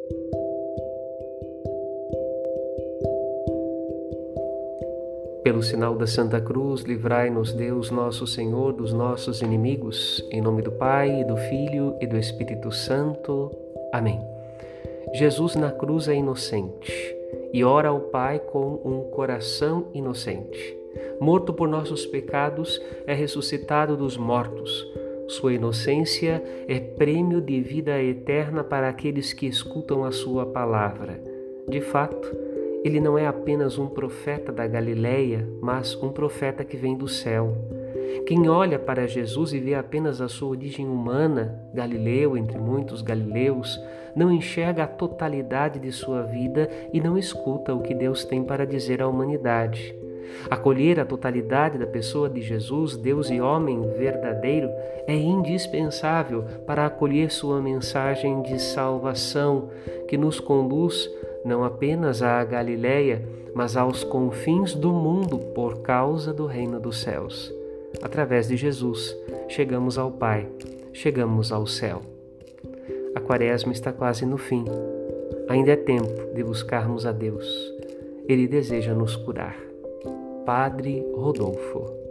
Pelo sinal da Santa Cruz, livrai-nos Deus nosso Senhor dos nossos inimigos, em nome do Pai, e do Filho e do Espírito Santo. Amém. Jesus na cruz é inocente e ora ao Pai com um coração inocente. Morto por nossos pecados, é ressuscitado dos mortos. Sua inocência é prêmio de vida eterna para aqueles que escutam a sua palavra. De fato, ele não é apenas um profeta da Galileia, mas um profeta que vem do céu. Quem olha para Jesus e vê apenas a sua origem humana, galileu entre muitos galileus, não enxerga a totalidade de sua vida e não escuta o que Deus tem para dizer à humanidade. Acolher a totalidade da pessoa de Jesus, Deus e homem verdadeiro, é indispensável para acolher sua mensagem de salvação, que nos conduz não apenas à Galileia, mas aos confins do mundo por causa do reino dos céus. Através de Jesus, chegamos ao Pai, chegamos ao céu. A Quaresma está quase no fim. Ainda é tempo de buscarmos a Deus. Ele deseja nos curar. Padre Rodolfo.